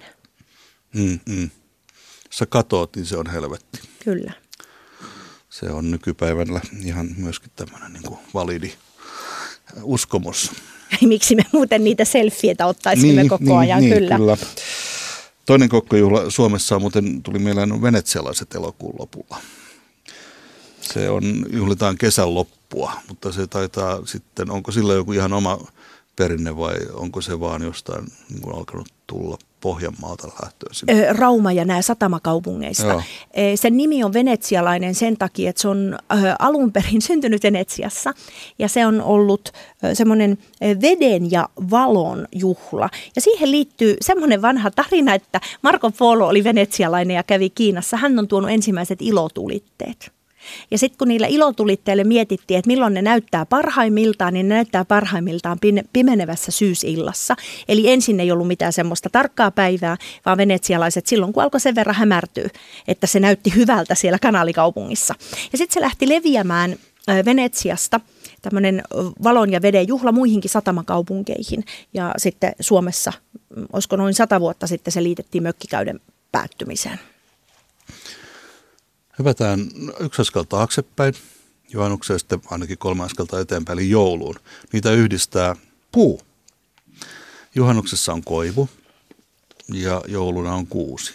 Sä katoat, niin se on helvetti. Kyllä. Se on nykypäivänä ihan myöskin tämmöinen niin kuin validi uskomus. Miksi me muuten niitä selfieitä ottaisimme koko ajan, kyllä. Toinen kokkojuhla Suomessa muuten tuli mieleen venetsialaiset elokuun lopulla. Se juhlitaan kesän loppua, mutta se taitaa sitten, onko sillä joku ihan oma perinne vai onko se vaan jostain niin kuin alkanut tulla Pohjanmaalta lähtöön? Rauma ja nämä satamakaupungeista. Joo. Sen nimi on venetsialainen sen takia, että se on alun perin syntynyt Venetsiassa ja se on ollut semmoinen veden ja valon juhla. Ja siihen liittyy semmoinen vanha tarina, että Marco Polo oli venetsialainen ja kävi Kiinassa. Hän on tuonut ensimmäiset ilotulitteet. Ja sitten kun niillä ilotulitteille mietittiin, että milloin ne näyttää parhaimmiltaan, niin ne näyttää parhaimmiltaan pimenevässä syysillassa. Eli ensin ei ollut mitään semmoista tarkkaa päivää, vaan venetsialaiset silloin, kun alkoi sen verran hämärtyä, että se näytti hyvältä siellä kanaalikaupungissa. Ja sitten se lähti leviämään Venetsiasta, tämmöinen valon ja veden juhla muihinkin satamakaupunkeihin. Ja sitten Suomessa, olisiko noin 100 vuotta sitten se liitettiin mökkikäyden päättymiseen. Hypätään yksi askel taaksepäin, juhannukseen sitten ainakin 3 askelta eteenpäin, eli jouluun. Niitä yhdistää puu. Juhannuksessa on koivu ja jouluna on kuusi.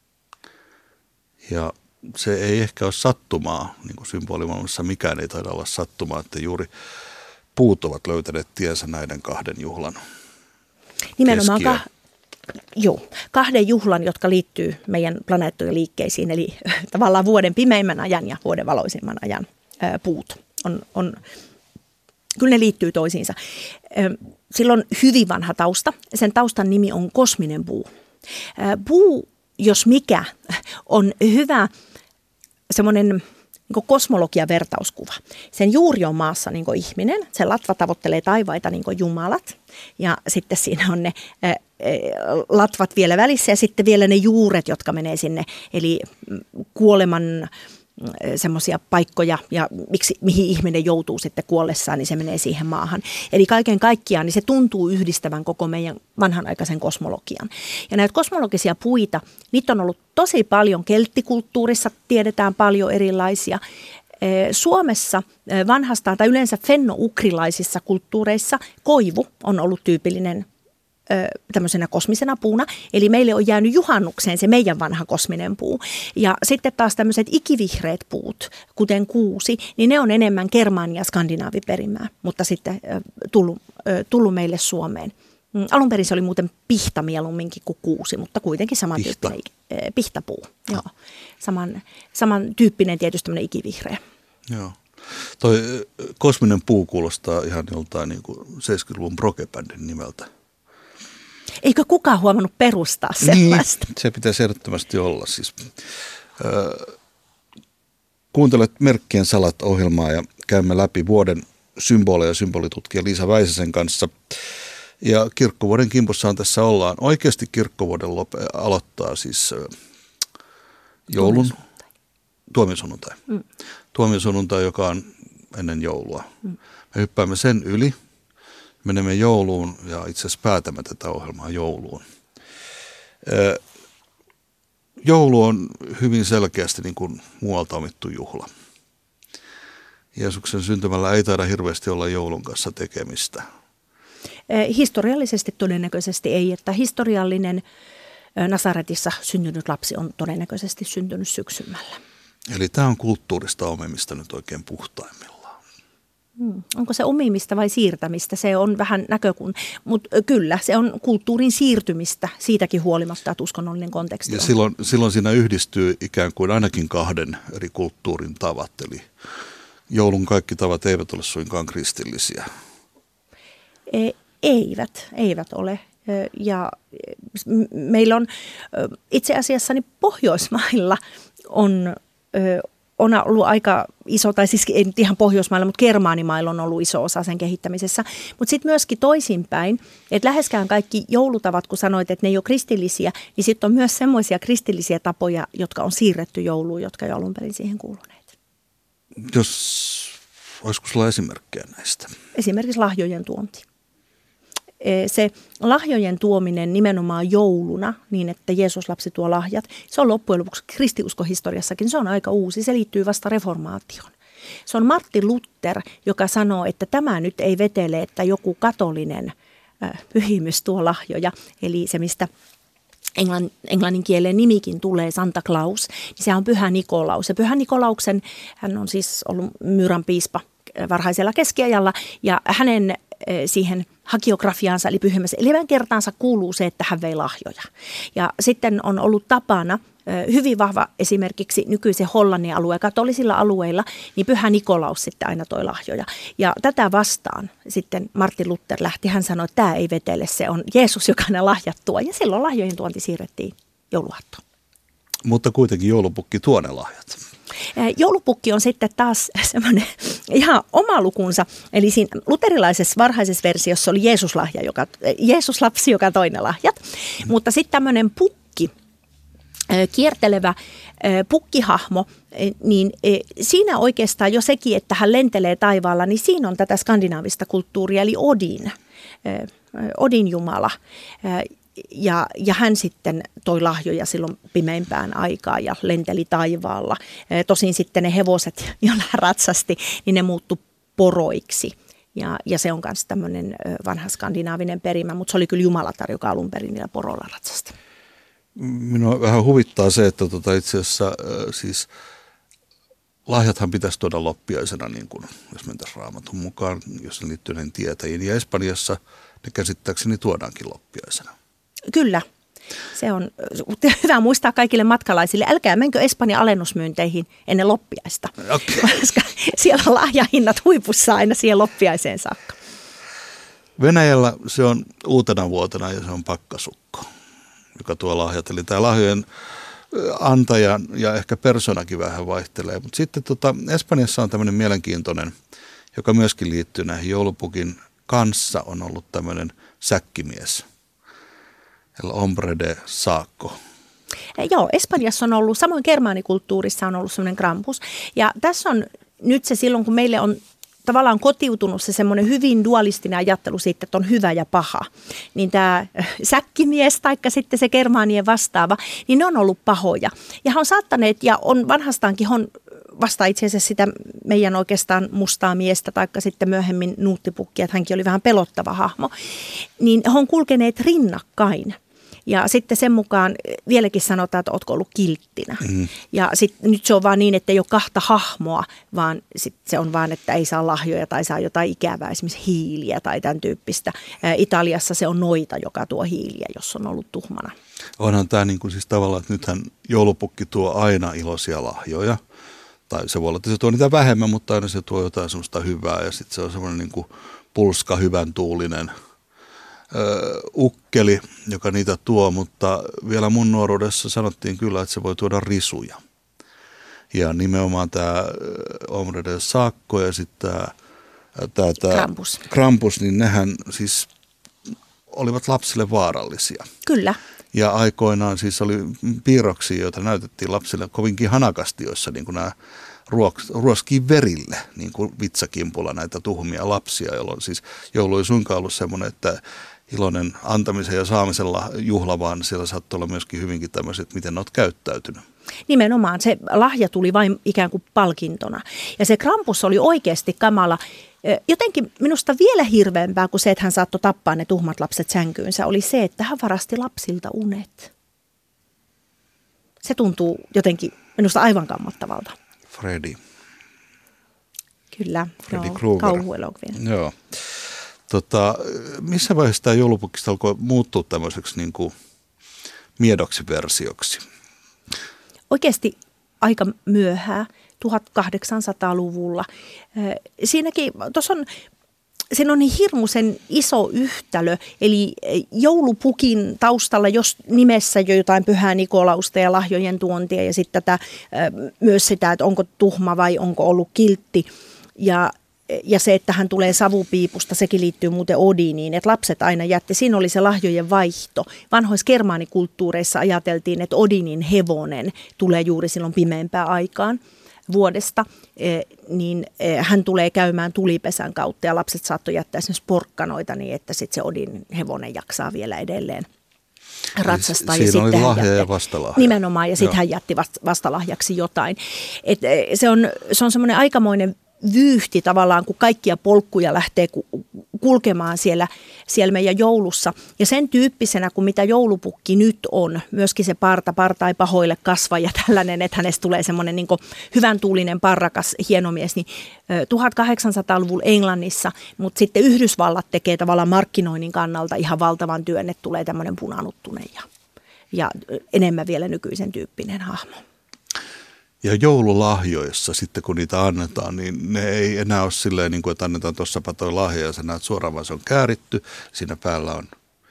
Ja se ei ehkä ole sattumaa, niin kuin symbolimaailmassa mikään ei taida olla sattumaa, että juuri puut ovat löytäneet tiensä näiden kahden juhlan nimenomaan kahden juhlan, jotka liittyy meidän planeettojen liikkeisiin, eli tavallaan vuoden pimeimmän ajan ja vuoden valoisimman ajan puut. Kyllä ne liittyy toisiinsa. Sillä on hyvin vanha tausta. Sen taustan nimi on kosminen puu. Puu, jos mikä, on hyvä semmoinen niin kosmologian vertauskuva. Sen juuri on maassa niin kuin ihminen, se latva tavoittelee taivaita niin kuin jumalat ja sitten siinä on ne latvat vielä välissä ja sitten vielä ne juuret, jotka menee sinne, eli kuoleman semmoisia paikkoja ja mihin ihminen joutuu sitten kuollessaan, niin se menee siihen maahan. Eli kaiken kaikkiaan niin se tuntuu yhdistävän koko meidän vanhanaikaisen kosmologian. Ja näitä kosmologisia puita, niitä on ollut tosi paljon kelttikulttuurissa, tiedetään paljon erilaisia. Suomessa vanhastaan tai yleensä fenno-ukrilaisissa kulttuureissa koivu on ollut tyypillinen tämmöisenä kosmisena puuna, eli meille on jäänyt juhannukseen se meidän vanha kosminen puu. Ja sitten taas tämmöiset ikivihreät puut, kuten kuusi, niin ne on enemmän germaania skandinaaviperimää, mutta sitten tullut meille Suomeen. Alun perin se oli muuten pihta mieluumminkin kuin kuusi, mutta kuitenkin samantyyppinen pihtapuu. Joo. Samantyyppinen tietysti tämmöinen ikivihreä. Joo. Toi kosminen puu kuulostaa ihan joltain niin kuin 70-luvun Broke-bändin nimeltä. Eikö kukaan huomannut perustaa sellaista? Niin, se pitäisi ehdottomasti olla. Siis, kuuntelet Merkkien salat -ohjelmaa ja käymme läpi vuoden symboleja symbolitutkija Liisa Väisäsen kanssa. Ja kirkkovuoden kimpussaan tässä ollaan. Oikeasti kirkkovuoden aloittaa siis joulun, tuomiosunnuntai. Tuomiosunnuntai, joka on ennen joulua. Me hyppäämme sen yli. Menemme jouluun ja itse asiassa päätämme tätä ohjelmaa jouluun. Joulu on hyvin selkeästi niin kuin muualta omittu juhla. Jeesuksen syntymällä ei taida hirveästi olla joulun kanssa tekemistä. Historiallisesti todennäköisesti ei, että historiallinen Nasaretissa syntynyt lapsi on todennäköisesti syntynyt syksymällä. Eli tämä on kulttuurista omimista nyt oikein puhtaimmillaan. Onko se omimista vai siirtämistä? Se on vähän näkökulma, mutta kyllä se on kulttuurin siirtymistä siitäkin huolimatta, että uskonnollinen konteksti ja on. silloin siinä yhdistyy ikään kuin ainakin 2 eri kulttuurin tavat, eli joulun kaikki tavat eivät ole suinkaan kristillisiä. Eivät ole. Ja meillä on itse asiassa niin Pohjoismailla on ollut aika iso, tai siis ei nyt ihan Pohjoismailla, mutta Germaanimailla on ollut iso osa sen kehittämisessä. Mutta sitten myöskin toisinpäin, että läheskään kaikki joulutavat, kun sanoit, että ne ei ole kristillisiä, niin sitten on myös semmoisia kristillisiä tapoja, jotka on siirretty jouluun, jotka ei alun perin siihen kuuluneet. Olisiko sulla esimerkkejä näistä? Esimerkiksi lahjojen tuonti. Se lahjojen tuominen nimenomaan jouluna, niin että Jeesus-lapsi tuo lahjat, se on loppujen lopuksi kristiuskohistoriassakin, se on aika uusi, se liittyy vasta reformaatioon. Se on Martin Luther, joka sanoo, että tämä nyt ei vetele, että joku katolinen pyhimys tuo lahjoja, eli se mistä englannin kielen nimikin tulee, Santa Claus, niin se on Pyhä Nikolaus. Ja Pyhä Nikolauksen, hän on siis ollut Myyrän piispa varhaisella keskiajalla, ja hänen siihen hakiografiaansa, eli pyhimmäisen elämänkertaansa kuuluu se, että hän vei lahjoja. Ja sitten on ollut tapana hyvin vahva esimerkiksi nykyisen Hollannin alueen katolisilla alueilla, niin Pyhä Nikolaus sitten aina toi lahjoja. Ja tätä vastaan sitten Martin Luther lähti, hän sanoi, että tämä ei vetele, se on Jeesus, joka ne lahjat tuo. Ja silloin lahjojen tuonti siirrettiin jouluaattoon. Mutta kuitenkin joulupukki tuo ne lahjat. Joulupukki on sitten taas semmoinen ihan oma lukunsa. Eli siinä luterilaisessa varhaisessa versiossa oli Jeesus-lapsi, joka toi ne lahjat. Mutta sitten tämmöinen pukki, kiertelevä pukkihahmo, niin siinä oikeastaan jo sekin, että hän lentelee taivaalla, niin siinä on tätä skandinaavista kulttuuria, eli Odin jumala. Ja hän sitten toi lahjoja silloin pimeimpään aikaan ja lenteli taivaalla. Tosin sitten ne hevoset, joilla hän ratsasti, niin ne muuttu poroiksi. Ja se on myös tämmöinen vanha skandinaavinen perimä, mutta se oli kyllä jumalatar, joka alun perin niillä porolla ratsasti. Minua vähän huvittaa se, että itse asiassa siis lahjathan pitäisi tuoda loppiaisena, niin kuin jos mentäisiin Raamatun mukaan, jos ne liittyy näihin tietäjiin. Ja Espanjassa ne käsittääkseni tuodaankin loppiaisena. Kyllä. Se on hyvä muistaa kaikille matkalaisille. Älkää menkö Espanjan alennusmyynteihin ennen loppiaista, koska siellä on lahjahinnat huipussa aina siihen loppiaiseen saakka. Venäjällä se on uutena vuotena ja se on pakkasukko, joka tuo lahjat. Eli tämä lahjojen antaja ja ehkä persoonakin vähän vaihtelee. Mutta sitten Espanjassa on tämmöinen mielenkiintoinen, joka myöskin liittyy näihin joulupukin kanssa, on ollut tämmöinen säkkimies. El hombre de saco. Joo, Espanjassa on ollut, samoin germaanikulttuurissa on ollut semmoinen Krampus. Ja tässä on nyt se silloin, kun meille on tavallaan kotiutunut se semmoinen hyvin dualistinen ajattelu siitä, että on hyvä ja paha. Niin tämä säkkimies taikka sitten se germaanien vastaava, niin ne on ollut pahoja. Ja he on saattaneet, ja on vanhastaankin, on vasta itse asiassa sitä meidän oikeastaan mustaa miestä, taikka sitten myöhemmin Nuuttipukki, että hänkin oli vähän pelottava hahmo, niin he on kulkeneet rinnakkain. Ja sitten sen mukaan vieläkin sanotaan, että ootko ollut kilttinä. Mm. Ja nyt se on vaan niin, että ei ole kahta hahmoa, vaan se on vaan, että ei saa lahjoja tai saa jotain ikävää, esimerkiksi hiiliä tai tämän tyyppistä. Italiassa se on noita, joka tuo hiiliä, jos on ollut tuhmana. Onhan tämä niin kuin siis tavallaan, että nythän joulupukki tuo aina iloisia lahjoja. Tai se voi olla, että se tuo niitä vähemmän, mutta aina se tuo jotain semmoista hyvää. Ja sitten se on semmoinen niin kuin pulska, hyvän tuulinen ukkeli, joka niitä tuo, mutta vielä mun nuoruudessa sanottiin kyllä, että se voi tuoda risuja. Ja nimenomaan tämä hombre de saco ja sitten tämä Krampus, niin nehän siis olivat lapsille vaarallisia. Kyllä. Ja aikoinaan siis oli piirroksia, joita näytettiin lapsille kovinkin hanakasti, joissa niin kuin nämä ruoskii verille, niin kuin vitsakimpulla näitä tuhmia lapsia, jolloin siis joulu ei suinkaan ollut semmoinen, että iloinen antamisen ja saamisella juhla, vaan siellä saattoi olla myöskin hyvinkin tämmöiset, miten olet käyttäytynyt. Nimenomaan se lahja tuli vain ikään kuin palkintona. Ja se Krampus oli oikeasti kamala. Jotenkin minusta vielä hirveämpää kuin se, että hän saattoi tappaa ne tuhmat lapset sänkyynsä, oli se, että hän varasti lapsilta unet. Se tuntuu jotenkin minusta aivan kammottavalta. Freddy. Kyllä, Freddy joo, Krueger. kauhuelokuvia. Joo. Missä vaiheessa tämä joulupukista alkoi muuttua tämmöiseksi niin kuin miedoksi versioksi? Oikeasti aika myöhään, 1800-luvulla. Siinäkin, siinä on niin hirmuisen iso yhtälö, eli joulupukin taustalla, jos nimessä jo jotain Pyhää Nikolausta ja lahjojen tuontia ja sitten myös sitä, että onko tuhma vai onko ollut kiltti ja se, että hän tulee savupiipusta, sekin liittyy muuten Odiniin, että lapset aina jätti. Siinä oli se lahjojen vaihto. Vanhoissa germaanikulttuureissa ajateltiin, että Odinin hevonen tulee juuri silloin pimeämpään aikaan vuodesta, niin hän tulee käymään tulipesän kautta ja lapset saattoi jättää esimerkiksi porkkanoita niin, että sitten se Odin hevonen jaksaa vielä edelleen ratsastaa. Siinä oli lahja ja vastalahja. Nimenomaan, ja sitten hän jätti vastalahjaksi jotain. Se on semmoinen aikamoinen vyyhti tavallaan, kun kaikkia polkkuja lähtee kulkemaan siellä meidän joulussa. Ja sen tyyppisenä kuin mitä joulupukki nyt on, myöskin se parta ei pahoille kasva ja tällainen, että hänestä tulee semmoinen niin kuin hyvän tuulinen parrakas hieno mies, niin 1800-luvulla Englannissa, mutta sitten Yhdysvallat tekee tavallaan markkinoinnin kannalta ihan valtavan työn, että tulee tämmöinen punanuttunen ja enemmän vielä nykyisen tyyppinen hahmo. Ja joululahjoissa sitten kun niitä annetaan, niin ne ei enää ole silleen, niin kuin, että annetaan tuossapa toi lahja ja sä näet suoraan, vaan se on kääritty. Siinä päällä on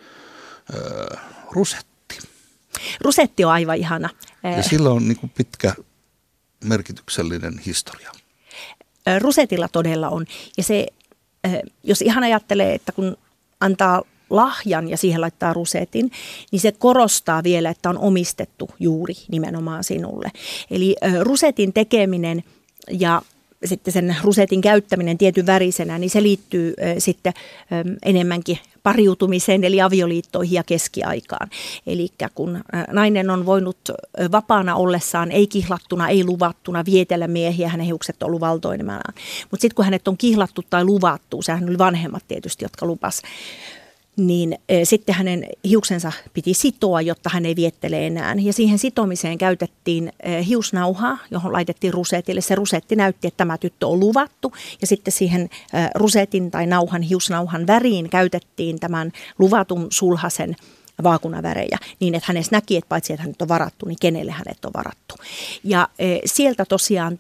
rusetti. Rusetti on aivan ihana. Ja sillä on niin kuin pitkä merkityksellinen historia. Rusetilla todella on. Ja se, jos ihan ajattelee, että kun antaa lahjan ja siihen laittaa rusetin, niin se korostaa vielä, että on omistettu juuri nimenomaan sinulle. Eli rusetin tekeminen ja sitten sen rusetin käyttäminen tietyn värisenä, niin se liittyy sitten enemmänkin pariutumiseen eli avioliittoihin ja keskiaikaan. Eli kun nainen on voinut vapaana ollessaan, ei kihlattuna, ei luvattuna, vietellä miehiä, hänen hiukset on ollut valtoilemaan. Mutta sitten kun hänet on kihlattu tai luvattu, sehän oli vanhemmat tietysti, jotka lupas, niin sitten hänen hiuksensa piti sitoa, jotta hän ei viettele enää. Ja siihen sitomiseen käytettiin hiusnauhaa, johon laitettiin rusetille. Se rusetti näytti, että tämä tyttö on luvattu. Ja sitten siihen rusetin tai hiusnauhan väriin käytettiin tämän luvatun sulhasen vaakunavärejä, niin että hänestä näki, että paitsi että hänet on varattu, niin kenelle hänet on varattu. Ja sieltä tosiaan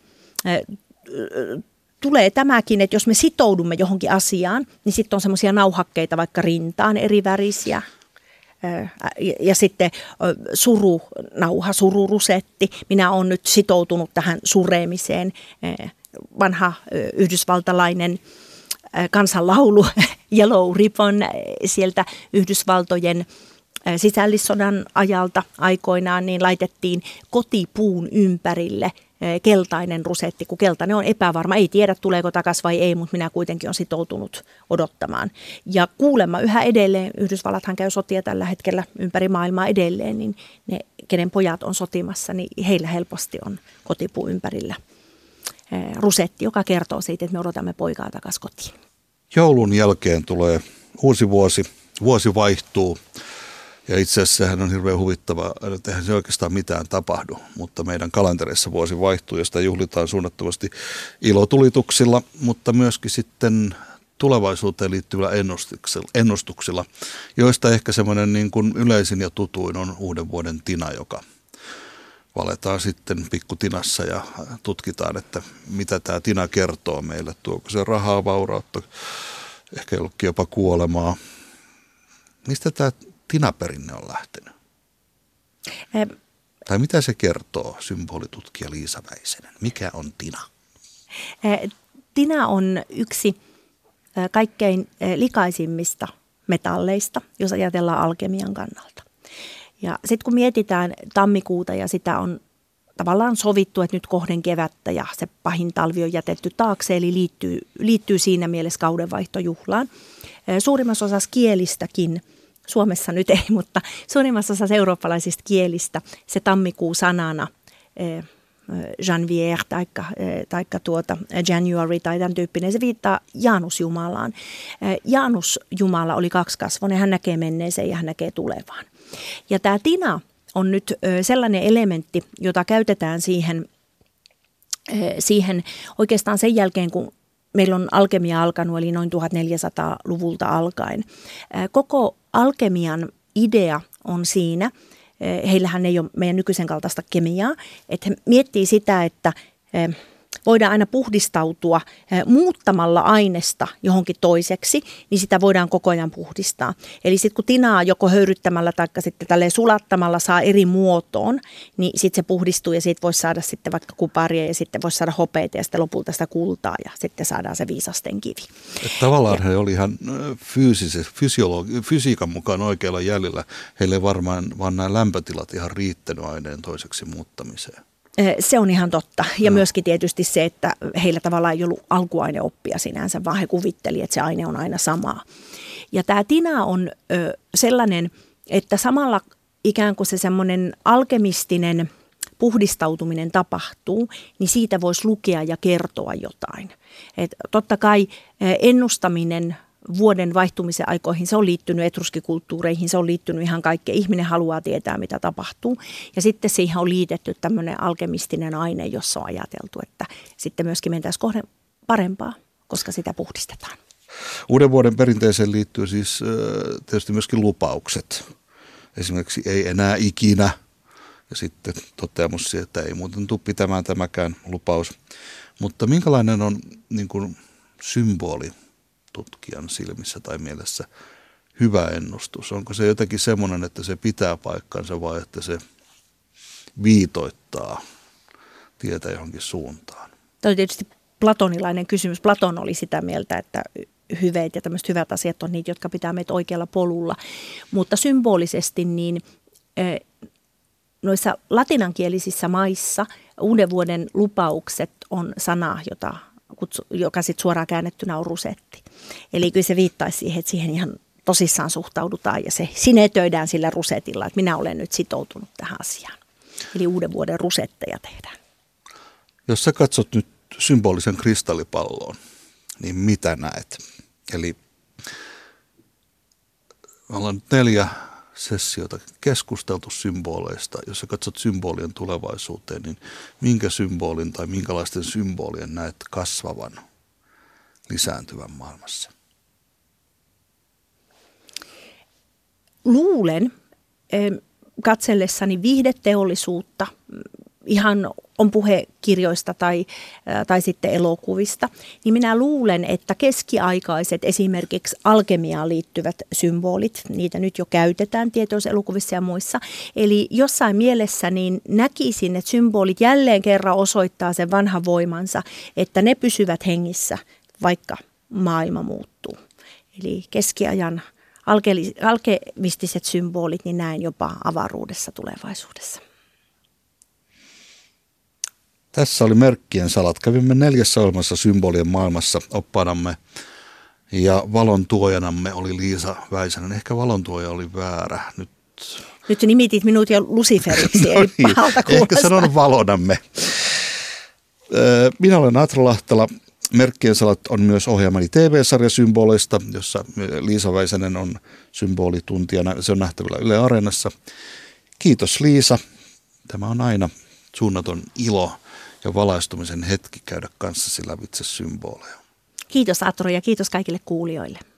tulee tämäkin, että jos me sitoudumme johonkin asiaan, niin sitten on semmoisia nauhakkeita vaikka rintaan eri värisiä. Ja sitten surunauha, sururusetti. Minä olen nyt sitoutunut tähän sureemiseen. Vanha yhdysvaltalainen kansanlaulu Yellow Ribbon sieltä Yhdysvaltojen sisällissodan ajalta aikoinaan, niin laitettiin kotipuun ympärille keltainen rusetti, kun keltainen on epävarma. Ei tiedä, tuleeko takaisin vai ei, mutta minä kuitenkin olen sitoutunut odottamaan. Ja kuulemma yhä edelleen, Yhdysvallathan käy sotia tällä hetkellä ympäri maailmaa edelleen, niin ne, kenen pojat on sotimassa, niin heillä helposti on kotipuu ympärillä rusetti, joka kertoo siitä, että me odotamme poikaa takaisin kotiin. Joulun jälkeen tulee uusi vuosi, vuosi vaihtuu. Ja itse asiassa sehän on hirveän huvittavaa, että eihän se oikeastaan mitään tapahdu, mutta meidän kalenterissa vuosi vaihtuu, josta juhlitaan suunnattomasti ilotulituksilla, mutta myöskin sitten tulevaisuuteen liittyvillä ennustuksilla, joista ehkä semmoinen niin kuin yleisin ja tutuin on uuden vuoden tina, joka valetaan sitten pikkutinassa ja tutkitaan, että mitä tämä tina kertoo meille, tuoko se rahaa, vaurautta, ehkä jollekin jopa kuolemaa. Mistä tämä tinaperinne on lähtenyt? Tai mitä se kertoo, symbolitutkija Liisa Väisänen? Mikä on tina? Tina on yksi kaikkein likaisimmista metalleista, jos ajatellaan alkemian kannalta. Ja sitten kun mietitään tammikuuta ja sitä on tavallaan sovittu, että nyt kohden kevättä ja se pahin talvi on jätetty taakse, eli liittyy siinä mielessä kaudenvaihtojuhlaan. Suurimmassa osassa kielistäkin, Suomessa nyt ei, mutta suurimmassa osassa eurooppalaisista kielistä se tammikuu sanana Janvier taikka January tai tämän tyyppinen. Se viittaa Janus-Jumalaan. Janus-Jumala oli kasikasvoinen, hän näkee menneeseen ja hän näkee tulevaan. Ja tämä Tina on nyt sellainen elementti, jota käytetään siihen oikeastaan sen jälkeen, kun meillä on alkemia alkanut, eli noin 1400-luvulta alkaen. Koko alkemian idea on siinä, heillähän ei ole meidän nykyisen kaltaista kemiaa, että he miettii sitä, että voidaan aina puhdistautua muuttamalla aineesta johonkin toiseksi, niin sitä voidaan koko ajan puhdistaa. Eli sitten kun tinaa joko höyryttämällä tai sitten tälleen sulattamalla saa eri muotoon, niin sitten se puhdistuu ja siitä voisi saada sitten vaikka kuparia ja sitten voisi saada hopeita ja sitten lopulta sitä kultaa ja sitten saadaan se viisasten kivi. Että tavallaan he oli ihan fysiikan mukaan oikealla jäljellä. Heille varmaan vaan nämä lämpötilat ihan riittänyt aineen toiseksi muuttamiseen. Se on ihan totta. Ja myöskin tietysti se, että heillä tavallaan ei ollut alkuaineoppia sinänsä, vaan he kuvitteli, että se aine on aina samaa. Ja tämä Tina on sellainen, että samalla ikään kuin se semmoinen alkemistinen puhdistautuminen tapahtuu, niin siitä voisi lukea ja kertoa jotain. Et totta kai ennustaminen vuoden vaihtumisen aikoihin, se on liittynyt etruskikulttuureihin, se on liittynyt ihan kaikkeen. Ihminen haluaa tietää, mitä tapahtuu. Ja sitten siihen on liitetty tämmöinen alkemistinen aine, jossa on ajateltu, että sitten myöskin mentäisiin kohden parempaa, koska sitä puhdistetaan. Uuden vuoden perinteeseen liittyy siis tietysti myöskin lupaukset. Esimerkiksi ei enää ikinä. Ja sitten toteamus siihen, että ei muuten tule pitämään tämäkään lupaus. Mutta minkälainen on niin kuin symboli tutkijan silmissä tai mielessä hyvä ennustus? Onko se jotenkin semmoinen, että se pitää paikkansa vai että se viitoittaa tietä johonkin suuntaan? Tämä on tietysti platonilainen kysymys. Platon oli sitä mieltä, että hyveet ja tämmöiset hyvät asiat on niitä, jotka pitää meitä oikealla polulla. Mutta symbolisesti niin noissa latinankielisissä maissa uuden vuoden lupaukset on sana, joka sitten suoraan käännettynä on rusetti. Eli kyllä se viittaisi siihen, että siihen ihan tosissaan suhtaudutaan ja se sinetöidään sillä rusetilla, että minä olen nyt sitoutunut tähän asiaan. Eli uuden vuoden rusetteja tehdään. Jos sä katsot nyt symbolisen kristallipalloon, niin mitä näet? Eli me ollaan nyt 4 sessiota keskusteltu symboleista. Jos sä katsot symbolien tulevaisuuteen, niin minkä symbolin tai minkälaisten symbolien näet kasvavan, lisääntyvän maailmassa? Luulen katsellessani viihdeteollisuutta, ihan on puhe kirjoista tai sitten elokuvista, niin minä luulen, että keskiaikaiset esimerkiksi alkemiaan liittyvät symbolit, niitä nyt jo käytetään tietoiselokuvissa ja muissa. Eli jossain mielessä niin näkisin, että symbolit jälleen kerran osoittaa sen vanhan voimansa, että ne pysyvät hengissä, vaikka maailma muuttuu. Eli keskiajan alkemistiset symbolit, niin näen jopa avaruudessa tulevaisuudessa. Tässä oli Merkkien salat. Kävimme 4 ohjelmassa symbolien maailmassa oppaanamme ja valon tuojanamme oli Liisa Väisänen. Ehkä valon tuoja oli väärä. Nyt nimitit minut jo Luciferiksi, no eli niin, pahalta kuulostaa. Ehkä sanon valonamme. Minä olen Aatra Lahtela. Merkkien salat on myös ohjelmani TV-sarja symboleista, jossa Liisa Väisänen on symbolituntijana. Se on nähtävillä Yle Areenassa. Kiitos Liisa. Tämä on aina suunnaton ilo ja valaistumisen hetki käydä kanssasi lävitse symboleja. Kiitos Atro ja kiitos kaikille kuulijoille.